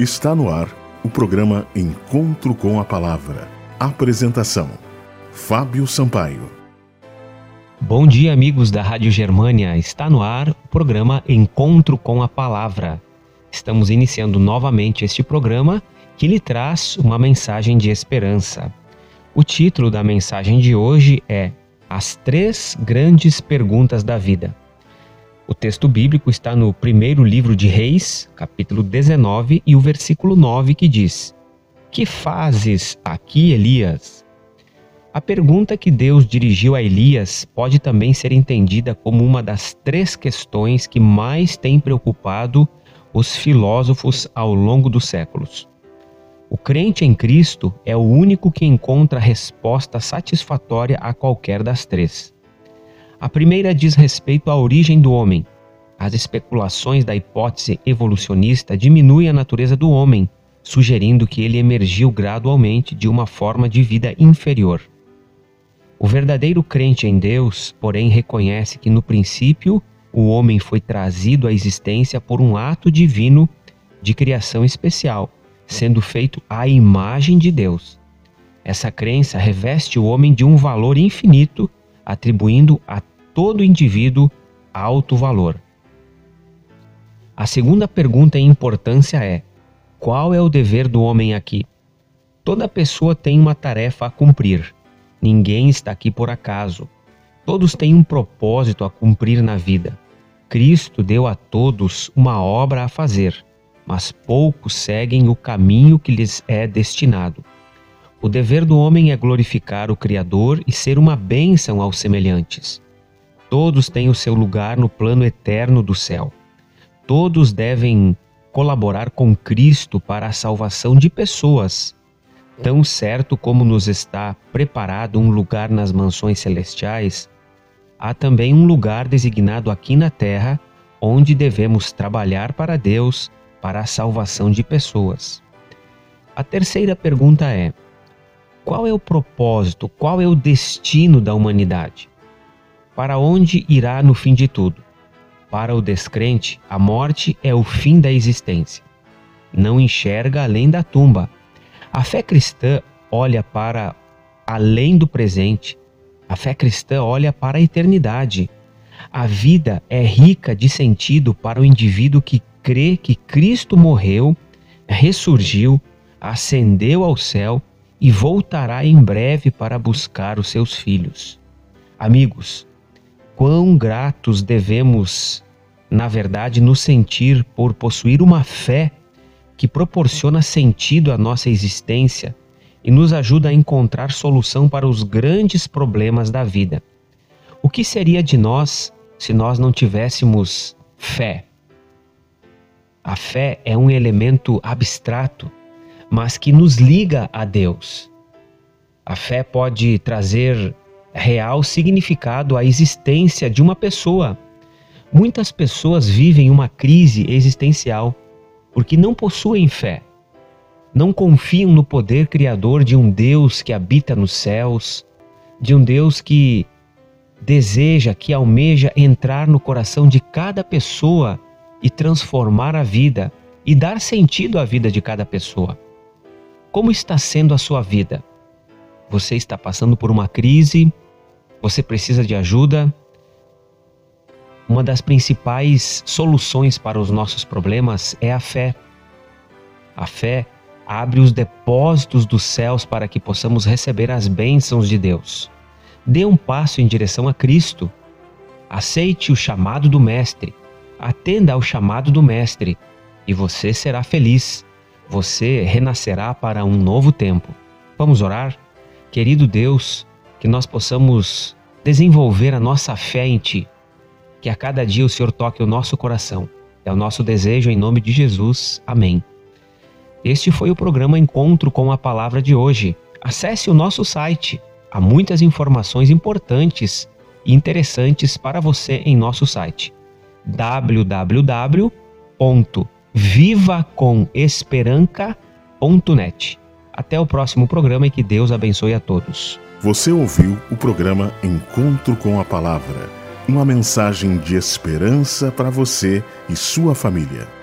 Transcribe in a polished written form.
Está no ar o programa Encontro com a Palavra. Apresentação: Fábio Sampaio. Bom dia, amigos da Rádio Germânia. Está no ar o programa Encontro com a Palavra. Estamos iniciando novamente este programa que lhe traz uma mensagem de esperança. O título da mensagem de hoje é As Três Grandes Perguntas da Vida. O texto bíblico está no primeiro livro de Reis, capítulo 19, e o versículo 9, que diz: Que fazes aqui, Elias? A pergunta que Deus dirigiu a Elias pode também ser entendida como uma das três questões que mais têm preocupado os filósofos ao longo dos séculos. O crente em Cristo é o único que encontra resposta satisfatória a qualquer das três. A primeira diz respeito à origem do homem. As especulações da hipótese evolucionista diminuem a natureza do homem, sugerindo que ele emergiu gradualmente de uma forma de vida inferior. O verdadeiro crente em Deus, porém, reconhece que no princípio o homem foi trazido à existência por um ato divino de criação especial, sendo feito à imagem de Deus. Essa crença reveste o homem de um valor infinito, atribuindo a todo indivíduo alto valor. A segunda pergunta em importância é: qual é o dever do homem aqui? Toda pessoa tem uma tarefa a cumprir. Ninguém está aqui por acaso. Todos têm um propósito a cumprir na vida. Cristo deu a todos uma obra a fazer, mas poucos seguem o caminho que lhes é destinado. O dever do homem é glorificar o Criador e ser uma bênção aos semelhantes. Todos têm o seu lugar no plano eterno do céu. Todos devem colaborar com Cristo para a salvação de pessoas. Tão certo como nos está preparado um lugar nas mansões celestiais, há também um lugar designado aqui na terra, onde devemos trabalhar para Deus, para a salvação de pessoas. A terceira pergunta é: qual é o propósito, qual é o destino da humanidade? Para onde irá no fim de tudo? Para o descrente, a morte é o fim da existência. Não enxerga além da tumba. A fé cristã olha para além do presente. A fé cristã olha para a eternidade. A vida é rica de sentido para o indivíduo que crê que Cristo morreu, ressurgiu, ascendeu ao céu e voltará em breve para buscar os seus filhos. Amigos, quão gratos devemos, na verdade, nos sentir por possuir uma fé que proporciona sentido à nossa existência e nos ajuda a encontrar solução para os grandes problemas da vida. O que seria de nós se nós não tivéssemos fé? A fé é um elemento abstrato, mas que nos liga a Deus. A fé pode trazer real significado à existência de uma pessoa. Muitas pessoas vivem uma crise existencial porque não possuem fé. Não confiam no poder criador de um Deus que habita nos céus, de um Deus que deseja, que almeja entrar no coração de cada pessoa e transformar a vida e dar sentido à vida de cada pessoa. Como está sendo a sua vida? Você está passando por uma crise? Você precisa de ajuda? Uma das principais soluções para os nossos problemas é a fé. A fé abre os depósitos dos céus para que possamos receber as bênçãos de Deus. Dê um passo em direção a Cristo. Aceite o chamado do Mestre. Atenda ao chamado do Mestre e você será feliz. Você renascerá para um novo tempo. Vamos orar? Querido Deus, que nós possamos desenvolver a nossa fé em Ti. Que a cada dia o Senhor toque o nosso coração. É o nosso desejo em nome de Jesus. Amém. Este foi o programa Encontro com a Palavra de hoje. Acesse o nosso site. Há muitas informações importantes e interessantes para você em nosso site. www.vivacomesperanca.net. Até o próximo programa e que Deus abençoe a todos. Você ouviu o programa Encontro com a Palavra. Uma mensagem de esperança para você e sua família.